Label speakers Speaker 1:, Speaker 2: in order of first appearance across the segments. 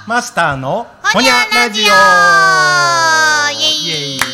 Speaker 1: マスターの
Speaker 2: ほにゃラジオイエイ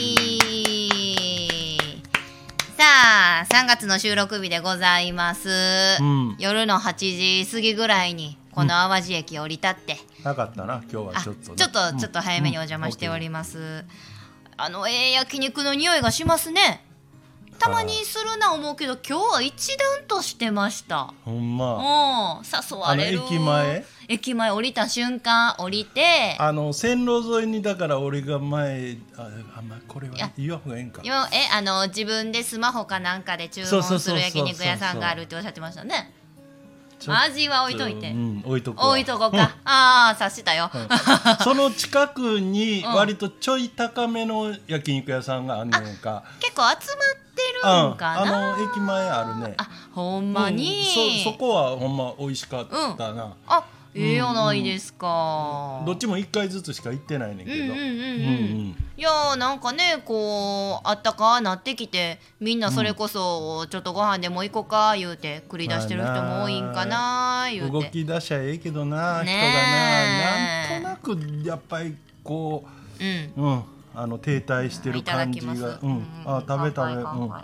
Speaker 2: さあ3月の収録日でございます、夜の8時過ぎぐらいにこの淡路駅を降り立って、
Speaker 1: なかったな今日はちょっと
Speaker 2: ちょっと早めにお邪魔しております、焼肉の匂いがしますね。たまにするな思うけど今日は一段としてました。
Speaker 1: ほんま
Speaker 2: 誘われる。駅前降りた瞬間降りて
Speaker 1: 線路沿いにだから俺が前これは言わんほうがええんか
Speaker 2: 自分でスマホかなんかで注文する焼肉屋さんがあるっておっしゃってましたね。味は置いといて、
Speaker 1: 置いとこ
Speaker 2: うか察したよ、
Speaker 1: その近くに割とちょい高めの焼肉屋さんがあんねんか、
Speaker 2: 結構集まってるんかな、
Speaker 1: 駅前あるね。
Speaker 2: ほんまに、
Speaker 1: そこはほんま美味しかったな、
Speaker 2: やないですか、
Speaker 1: どっちも1回ずつしか行ってないねんけど、
Speaker 2: いやなんかねこうあったかなってきてみんなそれこそちょっとご飯でも行こうか言うて繰り出してる人も多いんかな言うて、
Speaker 1: 動き出しゃええけどな、人がななんとなくやっぱりこう停滞してる感じが、食べもう食べなが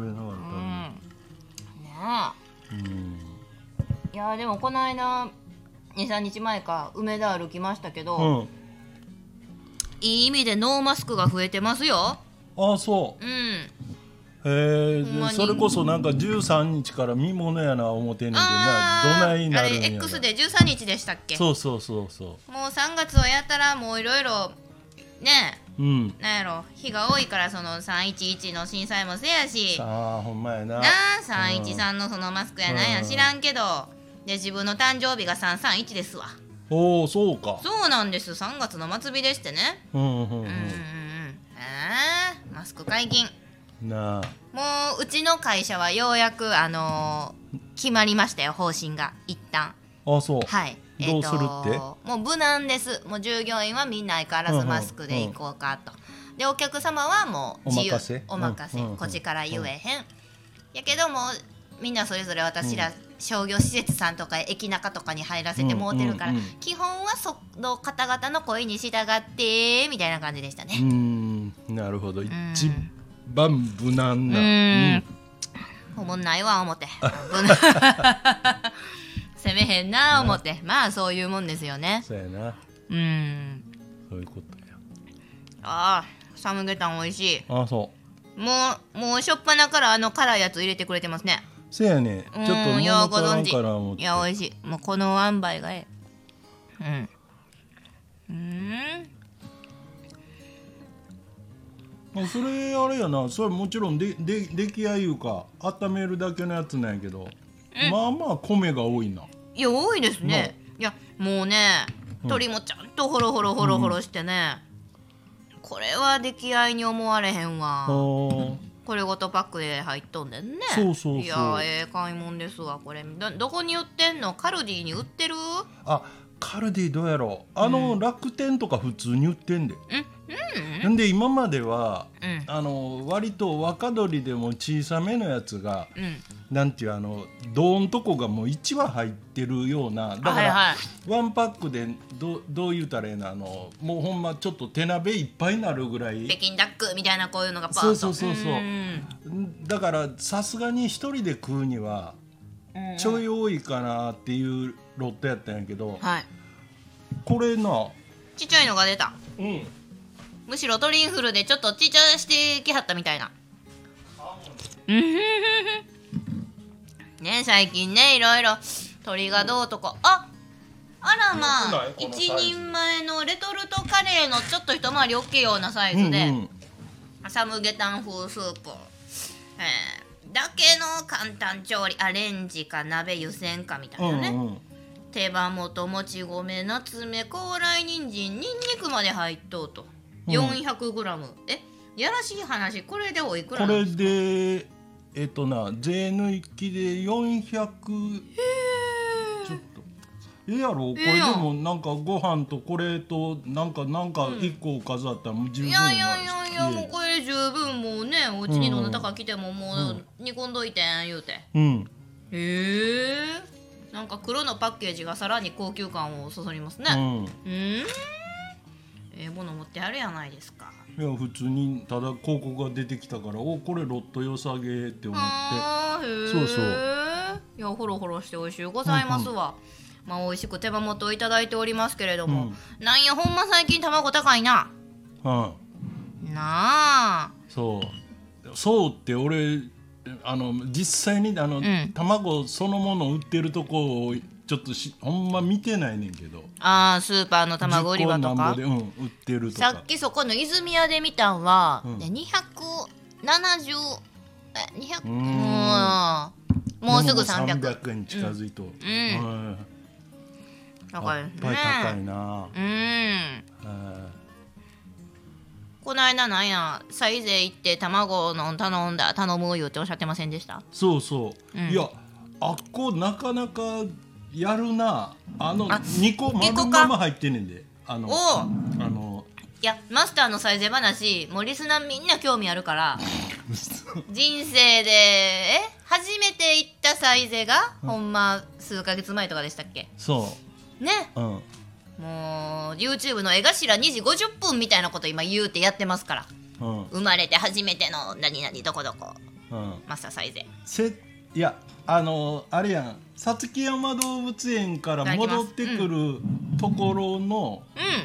Speaker 1: ら
Speaker 2: いやでもこの間2、3日前か梅田歩きましたけど、いい意味でノーマスクが増えてますよ。
Speaker 1: そう、それこそなんか13日から見ものやな思ってんねんけどな、どないなるんやろ。
Speaker 2: あれ X で13日でしたっけ。
Speaker 1: そうもう
Speaker 2: 3月はやったらもういろいろねなんやろ日が多いから、その311の震災もせやし
Speaker 1: ほんまやな
Speaker 2: 313のそのマスクやなんや知らんけど、で自分の誕生日が331ですわ。
Speaker 1: そうか。
Speaker 2: そうなんです、3月の末日でしてね。マスク解禁もううちの会社はようやく決まりましたよ、方針が一旦。
Speaker 1: そう
Speaker 2: はい、
Speaker 1: どうするって。
Speaker 2: もう無難です。もう従業員はみんな相変わらずマスクで行こうかと、でお客様はもう自由お任せ、こっちから言えへん、やけどもみんなそれぞれ私ら商業施設さんとか駅中とかに入らせてもうてるから、基本はその方々の声に従ってみたいな感じでしたね。
Speaker 1: なるほど、一番無難な。
Speaker 2: おもんないわ思って攻めへんな思って、まあそういうもんですよね。
Speaker 1: そうやな、そういうこと
Speaker 2: や。サムゲタン美味しい。
Speaker 1: そう
Speaker 2: もうしょっぱなから辛いやつ入れてくれてますね。
Speaker 1: せやね、ちょっと物足らんから思って。
Speaker 2: いや美味しい、もうこの塩梅がええ。
Speaker 1: それあれやな、それもちろん出来合いいうか温めるだけのやつなんやけど、まあまあ米が多いな。
Speaker 2: いや多いですね。いやもうね、鶏もちゃんとホロホロしてね、これは出来合いに思われへんわ。これごとパックで入っとんでんね。いや買い物ですわ。これどこに売ってんの？カルディに売ってる？
Speaker 1: カルディどうやろう、楽天とか普通に売ってんで。んで今までは、割と若鶏でも小さめのやつが、なんていう胴んとこがもう1羽入ってるような、だから、ワンパックでどう言うたらええな、もうほんまちょっと手鍋いっぱいになるぐらい、
Speaker 2: 北京ダックみたいなこういうのがパーッと。
Speaker 1: そうだからさすがに一人で食うにはちょい多いかなっていうロットやったんやけど、これな
Speaker 2: ちっちゃいのが出た。むしろ鳥インフルでちょっとちっちゃしてきはったみたいな。ね、最近ねいろいろ鳥がどうとか、あらまあ一人前のレトルトカレーのちょっと一回り大きいようなサイズで、サムゲタン風スープ、だけの簡単調理、アレンジか鍋湯煎かみたいなね、手羽元、もち米、ナツメ、高麗人参、ニンニクまで入っとうと、400g。やらしい話、これでおいくらなんですか？
Speaker 1: これで税抜きで400。ちょっとやろこれでもなんかご飯とこれとなんか1個おかずあったらもう十分。いや
Speaker 2: もうこれ十分、もうねお家にどなたか来てももう煮込んどいてん言うて。 なんか黒のパッケージがさらに高級感をそそりますね。もの持ってあるやないですか。
Speaker 1: いや普通にただ広告が出てきたから、おこれロット良さげって思って。そうそう。
Speaker 2: いやホロホロして美味しゅうございますわ。まあ美味しく手羽元をいただいておりますけれども、なんやほんま最近卵高いな。なあ。
Speaker 1: そうって俺実際に卵そのもの売ってるとこをちょっとほんま見てないねんけど。
Speaker 2: スーパーの卵売り場とか
Speaker 1: で、売ってるとか。
Speaker 2: さっきそこの泉屋で見たんは、270もうすぐ300
Speaker 1: 円近づいと。
Speaker 2: 高いですね。
Speaker 1: やっぱり高いな。
Speaker 2: この間なんやサイゼ行って卵の頼む言うっておっしゃってませんでした？
Speaker 1: そうそう、いやあっこなかなかやるな。2個まま入ってんねんで。
Speaker 2: いやマスターのサイゼ話もうリスナーみんな興味あるから人生で初めて行ったサイゼが、ほんま数ヶ月前とかでしたっけ？
Speaker 1: そう
Speaker 2: ね、もう YouTube の絵頭2時50分みたいなこと今言うてやってますから、生まれて初めての何々どこどこ、マスターサイゼ
Speaker 1: いやあれやん、さつき山動物園から戻ってくるところの、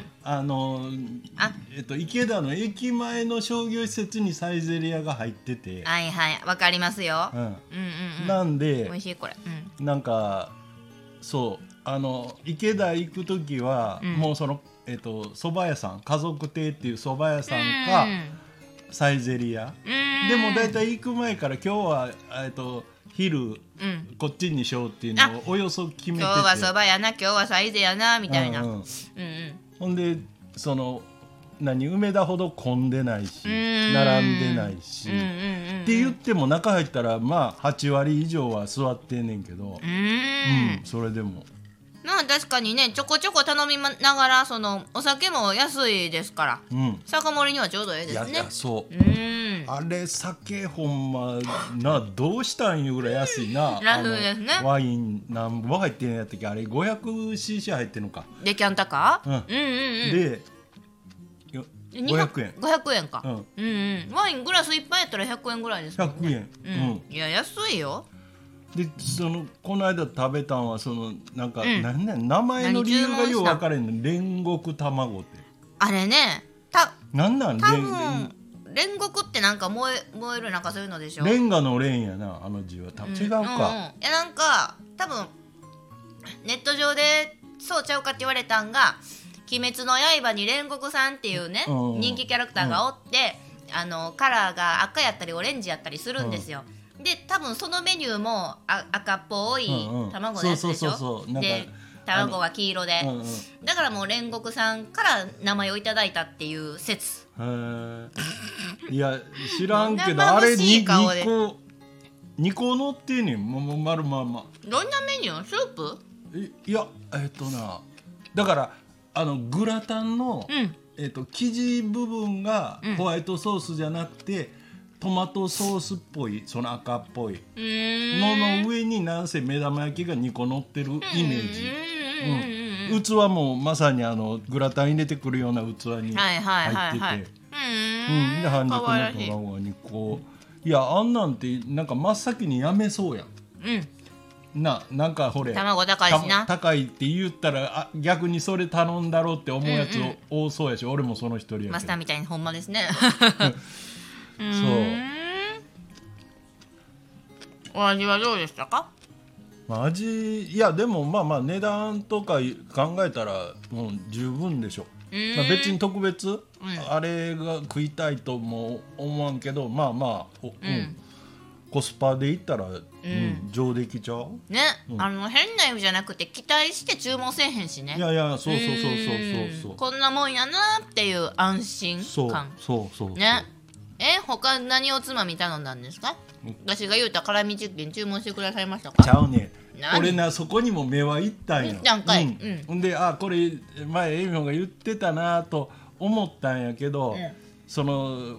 Speaker 1: 池田の駅前の商業施設にサイゼリヤが入ってて、
Speaker 2: はいはいわかりますよ。
Speaker 1: なんで
Speaker 2: 美味しいこれ、
Speaker 1: なんかそう池田行く時は、もうその蕎麦屋さん、家族亭っていう蕎麦屋さんか、サイゼリヤでもだいたい行く前から今日は昼、こっちにしようっていうのをおよそ決めてて、
Speaker 2: 今日は蕎麦やな、今日はサイゼやなみたいな、
Speaker 1: ほんで梅田ほど混んでないし並んでないし、って言っても中入ったらまあ8割以上は座ってんねんけど、それでも
Speaker 2: まあ確かにね、ちょこちょこ頼みながらお酒も安いですから、酒盛りにはちょうどいいですね。
Speaker 1: いやそう、あれ酒ほんまどうしたんいうぐらい安いな。
Speaker 2: 安いですね。
Speaker 1: ワイン何本入ってんやったっけ、あれ 500cc 入ってんのか。
Speaker 2: デキャンタか、
Speaker 1: で500円
Speaker 2: 500円か、ワイングラス1杯やったら100円ぐらいですもんね。
Speaker 1: 100円、
Speaker 2: いや安いよ。
Speaker 1: でこの間食べたんはなんか、名前の理由がよう分からへんの。煉獄卵って、
Speaker 2: あれね、
Speaker 1: なんなん
Speaker 2: 多分煉獄ってなんか燃えるなんかそういうのでしょ。
Speaker 1: レンガのレンやな、あの字は。多分違うか、
Speaker 2: いやなんか多分ネット上でそうちゃうかって言われたんが、鬼滅の刃に煉獄さんっていうね、人気キャラクターがおって、カラーが赤やったりオレンジやったりするんですよ。で多分そのメニューも赤っぽい卵のやつでしょ。で卵は黄色で、だからもう煉獄さんから名前をいただいたっていう説。
Speaker 1: いや知らんけどあれ2個乗ってんねん、丸まんま。
Speaker 2: どんなメニュー？スープ？
Speaker 1: いやだからグラタンの、生地部分がホワイトソースじゃなくて、トマトソースっぽい、赤っぽいのの上になんせ目玉焼きが2個乗ってるイメージ。器もまさにグラタン入れてくるような器に入ってて、で半熟の卵が2個。いやあんなんてなんか真っ先にやめそうやん。なんかほれ
Speaker 2: 卵高いしな、
Speaker 1: 高いって言ったら逆にそれ頼んだろうって思うやつ多そうやし、俺もその一人やけど。
Speaker 2: マスターみたいにほんまですね。お味はどうでしたか？
Speaker 1: いやでもまあ値段とか考えたらもう十分でしょ。別に特別、あれが食いたいとも思わんけど、まあコスパで言ったら、上出来ちゃう
Speaker 2: ね、変な意味じゃなくて期待して注文せえへんしね。
Speaker 1: いやそう
Speaker 2: こんなもんやなっていう安心感。
Speaker 1: そう
Speaker 2: ね。他何おつまみ頼んだんですか？私が言うた辛味チキン注文してくださいましたか？
Speaker 1: ちゃうね。俺そこにも目はいったんよ。ほんでこれ前エミホンが言ってたなと思ったんやけど、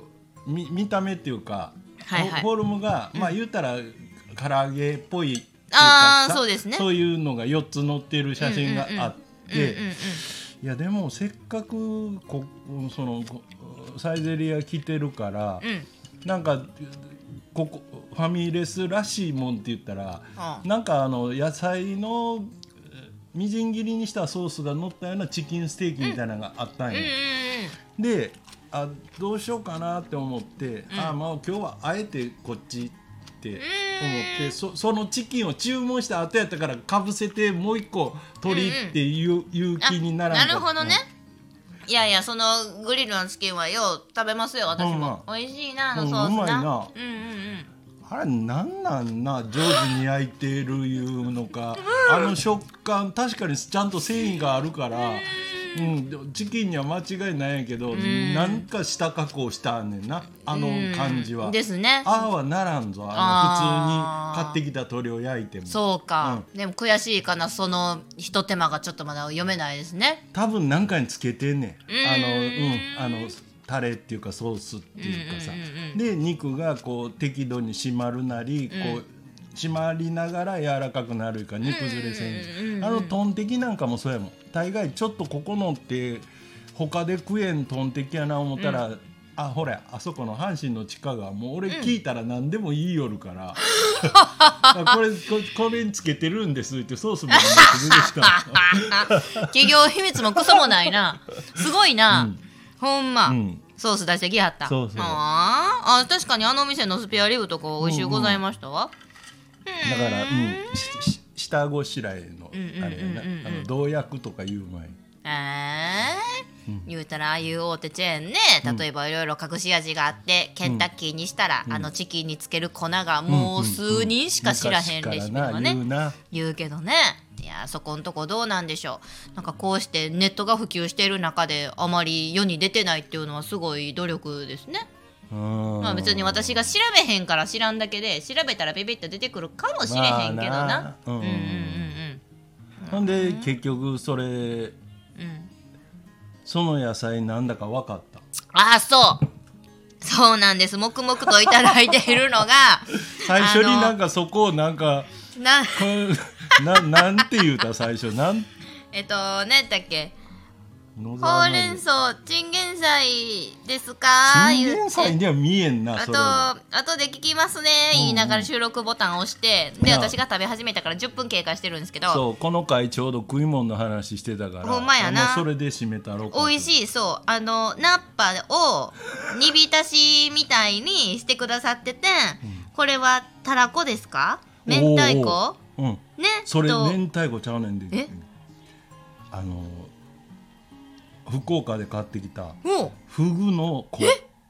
Speaker 1: 見た目っていうか、フォルムが言うたら唐揚げっぽい
Speaker 2: ああそうですね。
Speaker 1: そういうのが4つ載ってる写真があって、いやでもせっかくそのサイゼリヤ来てるから、なんかここファミレスらしいもんって言ったら、なんか野菜のみじん切りにしたソースが乗ったようなチキンステーキみたいなのがあったんよ。でどうしようかなって思って、まあ今日はあえてこっちって思ってそのチキンを注文した後やったからかぶせてもう一個取りっていう気にならんかった。
Speaker 2: なるほどね。いやいや、そのグリルのチキンはよう食べますよ私も。美味しいなソースな。
Speaker 1: うまいな。あれなんなんな、上手に焼いてるいうのか、食感確かにちゃんと繊維があるから、チキンには間違いないんやけど、なんか下加工したんねんな、感じは。
Speaker 2: ですね。
Speaker 1: ああはならんぞ、普通に買ってきた鶏を焼いても。
Speaker 2: そうか、でも悔しいかな、そのひと手間がちょっとまだ読めないですね。
Speaker 1: 多分何かにつけてんねん、タレっていうかソースっていうかさ、で肉がこう適度に締まるなり、こう締まりながら柔らかくなるか煮崩れせん。トンテキなんかもそうやもん。大概ちょっとここのって他で食えんトンテキやな思ったら、ほらあそこの阪神の地下がもう俺聞いたら何でも言いよるから、これにつけてるんですってソースも出てきた。
Speaker 2: 企業秘密もクソもないな。すごいな、ほんま、ソース出してきはった。
Speaker 1: そうそう。
Speaker 2: 確かにお店のスペアリブとか美味しゅうございましたわ。
Speaker 1: だから、下ごしらえのあれやな、同役とか言う前に。
Speaker 2: 言うたらああいう大手チェーンね、例えばいろいろ隠し味があって、ケンタッキーにしたら、チキンにつける粉がもう数人しか知らへんレシピとかね、言うけどね。いやそこんとこどうなんでしょう。なんかこうしてネットが普及している中であまり世に出てないっていうのはすごい努力ですね。まあ別に私が調べへんから知らんだけで、調べたらビビッと出てくるかもしれへんけどな。
Speaker 1: ほんで結局それ、その野菜なんだか分かった。
Speaker 2: そうなんです。黙々といただいているのが
Speaker 1: 最初になんかそこをなんかなんて言うた最初何
Speaker 2: だっけ、ほうれん草チンゲン菜ですか。
Speaker 1: チンゲン菜には見えんな。
Speaker 2: あとで聞きますね言いながら収録ボタンを押して、で私が食べ始めたから10分経過してるんですけど、
Speaker 1: そうこの回ちょうど食い物の話してたから、
Speaker 2: ほんまやな、
Speaker 1: それで締めたろ。
Speaker 2: 美味しい。そうナッパを煮浸しみたいにしてくださってて、これはたらこですか、明太子ね。
Speaker 1: それ明太子ちゃうねんで、福岡で買ってきたフグの子、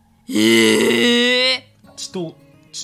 Speaker 1: 血と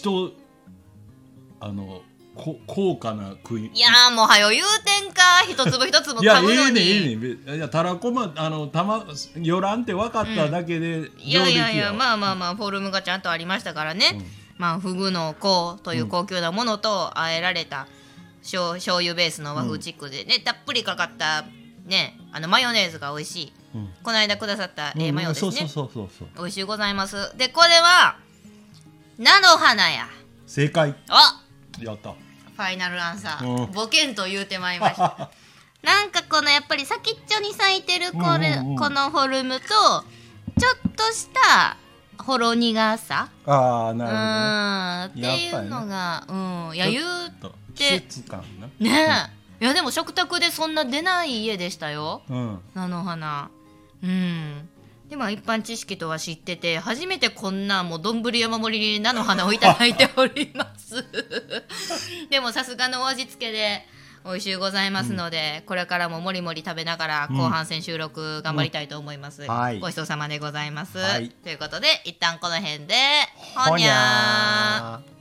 Speaker 1: 高価な食い。
Speaker 2: いやもうはよ言うてんか、一粒一粒噛むのに。
Speaker 1: いやたらこよらんって分かっただけで、
Speaker 2: いやまあフォルムがちゃんとありましたからね。フグの子という高級なものと和えられた醤油ベースの和風チックでね、たっぷりかかったね、マヨネーズが美味しい。この間くださったマヨですね。美味しゅうございます。でこれは菜の花や。
Speaker 1: 正解。やった。
Speaker 2: ファイナルアンサー、ボケんと言うてまいりましたなんかこのやっぱり先っちょに咲いてるこのフォルムとちょっとしたほろ苦さ、
Speaker 1: なるほどね、
Speaker 2: っていうのが、言うて
Speaker 1: 季節感な
Speaker 2: ねえ、いやでも食卓でそんな出ない家でしたよ、菜の花。でも一般知識とは知ってて、初めてこんなもう丼山盛りに菜の花をいただいておりますでもさすがのお味付けで美味しゅうございますので、これからももりもり食べながら後半戦収録頑張りたいと思います、ごちそうさまでございます、ということで一旦この辺でほにゃー。